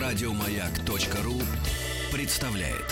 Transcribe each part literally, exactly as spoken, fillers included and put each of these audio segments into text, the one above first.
Радиомаяк.ру представляет.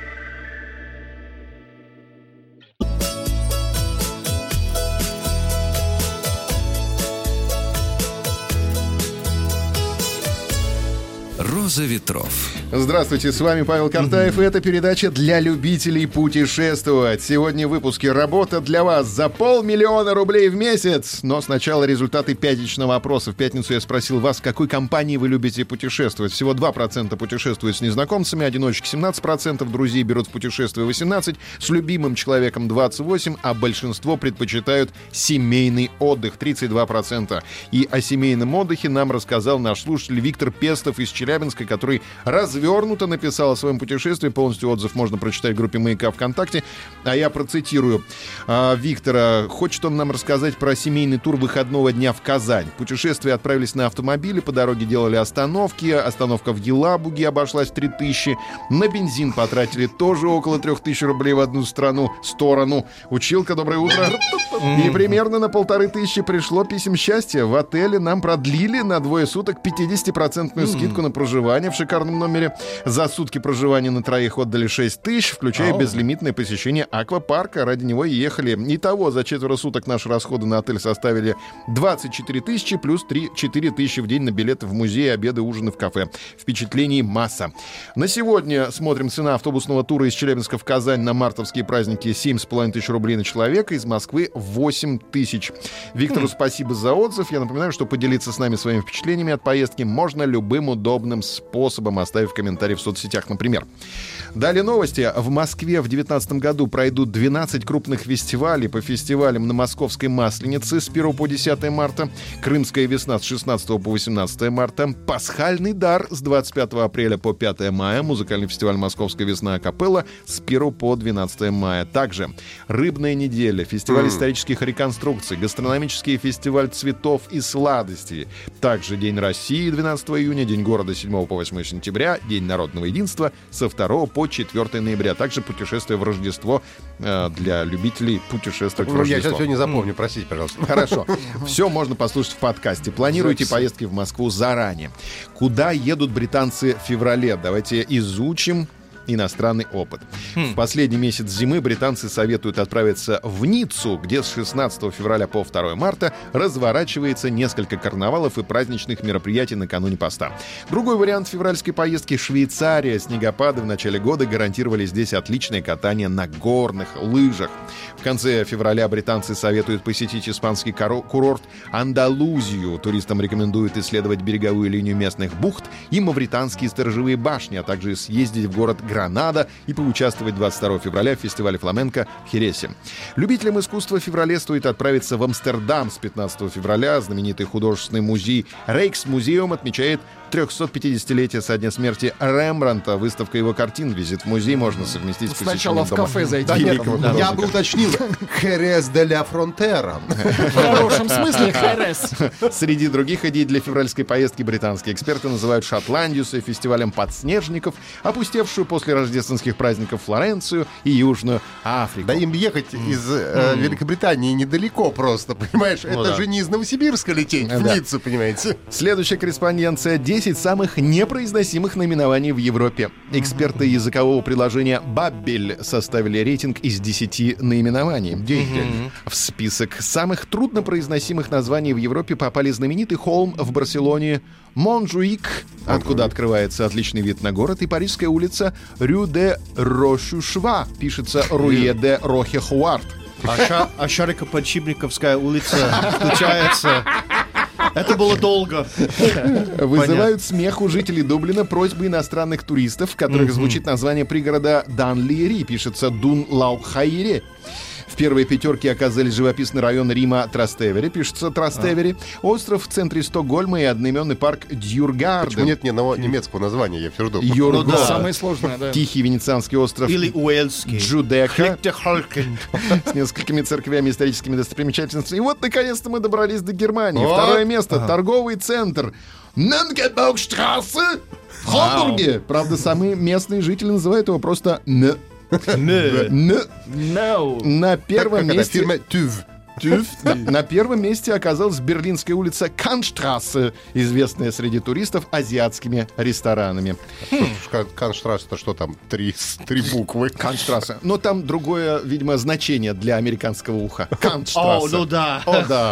«Роза ветров». Здравствуйте, с вами Павел Картаев, и это передача для любителей путешествовать. Сегодня в выпуске «Работа для вас» за полмиллиона рублей в месяц. Но сначала результаты пятничного опроса. В пятницу я спросил вас, в какой компании вы любите путешествовать. Всего два процента путешествуют с незнакомцами, одиночки семнадцать процентов, друзей берут в путешествие восемнадцать процентов, с любимым человеком двадцать восемь процентов, а большинство предпочитают семейный отдых тридцать два процента. И о семейном отдыхе нам рассказал наш слушатель Виктор Пестов из Челябинска, который развернуто написал о своем путешествии. Полностью отзыв можно прочитать в группе «Маяка» ВКонтакте. А я процитирую а, Виктора. Хочет он нам рассказать про семейный тур выходного дня в Казань. В путешествие отправились на автомобиле, по дороге делали остановки. Остановка в Елабуге обошлась в три тысячи. На бензин потратили тоже около трех тысяч рублей в одну страну, сторону. Училка, доброе утро. И примерно на полторы тысячи пришло писем счастья. В отеле нам продлили на двое суток пятидесятипроцентную скидку на проживание в шикарном номере. За сутки проживания на троих отдали шесть тысяч, включая oh. безлимитное посещение аквапарка. Ради него и ехали. Итого, за четверо суток наши расходы на отель составили двадцать четыре тысячи, плюс три-четыре тысячи в день на билеты в музей, обеды, ужины в кафе. Впечатлений масса. На сегодня смотрим цена автобусного тура из Челябинска в Казань на мартовские праздники семь с половиной тысяч рублей на человека, из Москвы восемь тысяч. Виктору mm. спасибо за отзыв. Я напоминаю, что поделиться с нами своими впечатлениями от поездки можно любым удобным способом, оставив комментарий в соцсетях, например. Далее новости. В Москве в две тысячи девятнадцатом году пройдут двенадцать крупных фестивалей. По фестивалям на Московской Масленице с первого по десятое марта, Крымская весна с шестнадцатого по восемнадцатое марта, Пасхальный дар с двадцать пятого апреля по пятое мая, музыкальный фестиваль «Московская весна акапелла» с первого по двенадцатое мая. Также Рыбная неделя, фестиваль mm. исторических реконструкций, гастрономический фестиваль цветов и сладостей. Также День России двенадцатого июня, День города седьмого по восьмое сентября, День народного единства со второго по четвёртое ноября. Также путешествие в Рождество э, для любителей путешествовать ну, в Рождество. Я сейчас все не запомню, простите, пожалуйста. Хорошо. Все можно послушать в подкасте. Планируйте Запись. поездки в Москву заранее. Куда едут британцы в феврале? Давайте изучим иностранный опыт. Хм. В последний месяц зимы британцы советуют отправиться в Ниццу, где с шестнадцатого февраля по второе марта разворачивается несколько карнавалов и праздничных мероприятий накануне поста. Другой вариант февральской поездки — Швейцария. Снегопады в начале года гарантировали здесь отличное катание на горных лыжах. В конце февраля британцы советуют посетить испанский курорт Андалузию. Туристам рекомендуют исследовать береговую линию местных бухт и мавританские сторожевые башни, а также съездить в город Гранада и поучаствовать двадцать второго февраля в фестивале фламенко в Хересе. Любителям искусства в феврале стоит отправиться в Амстердам. С пятнадцатого февраля знаменитый художественный музей Рейксмузеум отмечает трехсотпятидесятилетие со дня смерти Рембрандта. Выставка его картин. Визит в музей можно совместить с посещением Сначала в кафе зайти. Да, нет, я бы уточнил. Херес де ля Фронтера. В хорошем смысле Херес. Среди других идей для февральской поездки британские эксперты называют Шотландию с фестивалем подснежников, опустевшую после рождественских праздников Флоренцию и Южную Африку. Да им ехать mm. из э, Великобритании недалеко просто, понимаешь? Ну, Это да. же не из Новосибирска лететь в да. Ниццу, понимаете? Следующая корреспонденция. десять самых непроизносимых наименований в Европе. Эксперты языкового приложения Babbel составили рейтинг из десяти наименований. Mm-hmm. В список самых труднопроизносимых названий в Европе попали знаменитый холм в Барселоне Монжуик, откуда открывается отличный вид на город, и парижская улица Рю де Рошушва, пишется Руе де Рохехуарт. А, ша- а Шарикоподшипниковская улица включается... Это было долго. Вызывают Понятно. смех у жителей Дублина просьбы иностранных туристов, в которых mm-hmm. звучит название пригорода Данлиери, пишется Дун-Лаухайре. В первой пятерке оказались живописный район Рима Трастевери, пишется Трастевери, а. остров в центре Стокгольма и одноименный парк Дьюргарден. Почему нет ни одного немецкого названия, я все жду. Юрго. Ну, да. Самое сложное, да. Тихий венецианский остров. Или уэльский. Джудека. С несколькими церквями, историческими достопримечательностями. И вот, наконец-то, мы добрались до Германии. Вот. Второе место. Ага. Торговый центр Нюнгебургштрассе в Хамбурге. Правда, самые местные жители называют его просто Н. No. No. No. На первом как, месте... Фирма Тюв. На первом месте оказалась берлинская улица Канштрассе, известная среди туристов азиатскими ресторанами. Канштрассе, это что там? Три, три буквы. Канштрассе. Но там другое, видимо, значение для американского уха. О, Канштрассе. ну да. О, да.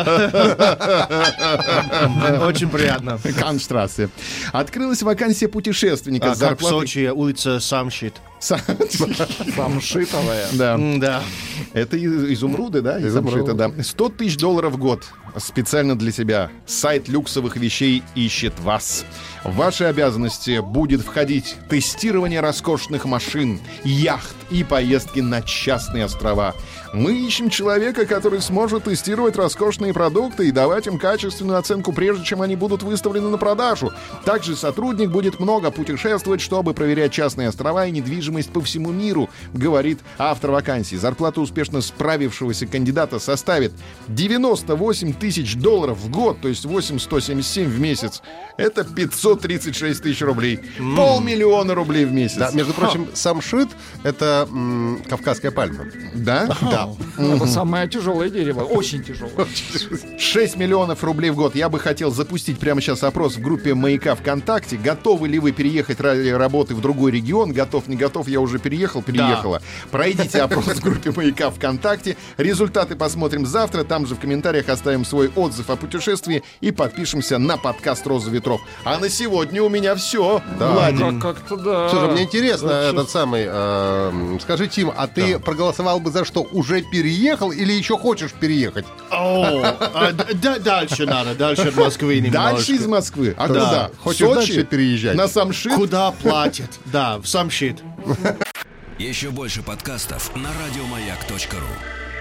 Очень приятно. Канштрассе. Открылась вакансия путешественника А с как в зарплатой... Сочи, улица Самшит. Самшитовая. Да. Да. Это и- изумруды, да? Изумруды, да. сто тысяч долларов в год. Специально для себя. Сайт люксовых вещей ищет вас. В ваши обязанности будет входить тестирование роскошных машин, яхт и поездки на частные острова. Мы ищем человека, который сможет тестировать роскошные продукты и давать им качественную оценку, прежде чем они будут выставлены на продажу. Также сотрудник будет много путешествовать, чтобы проверять частные острова и недвижимость по всему миру, говорит автор вакансии. Зарплата успешно справившегося кандидата составит девяносто восемь тысяч долларов в год, то есть восемь тысяч сто семьдесят семь в месяц. Это пятьсот тридцать шесть тысяч рублей. Mm. Полмиллиона рублей в месяц. Да, между прочим, самшит — это м, кавказская пальма. Да? Да. Это самое тяжелое дерево. Очень тяжелое. шесть миллионов рублей в год. Я бы хотел запустить прямо сейчас опрос в группе «Маяка» ВКонтакте. Готовы ли вы переехать ради работы в другой регион? Готов, не готов? Я уже переехал, переехала. Да. Пройдите опрос в группе «Маяка» ВКонтакте. Результаты посмотрим завтра. Там же в комментариях оставим свой отзыв о путешествии и подпишемся на подкаст «Роза ветров». А на сегодня у меня все. Да. Владимир. Как- Как-то да. Слушай, мне интересно, Да, этот самый... э, скажи, Тим, а ты проголосовал бы за что? Уже переехал или еще хочешь переехать? О, а, да, дальше надо, дальше от Москвы немножко. Дальше из Москвы. А Да. куда? Хочешь В дальше Сочи? переезжать? На Самшит? Куда платят? Да, в Самшит. Еще больше подкастов на радиомаяк точка ру.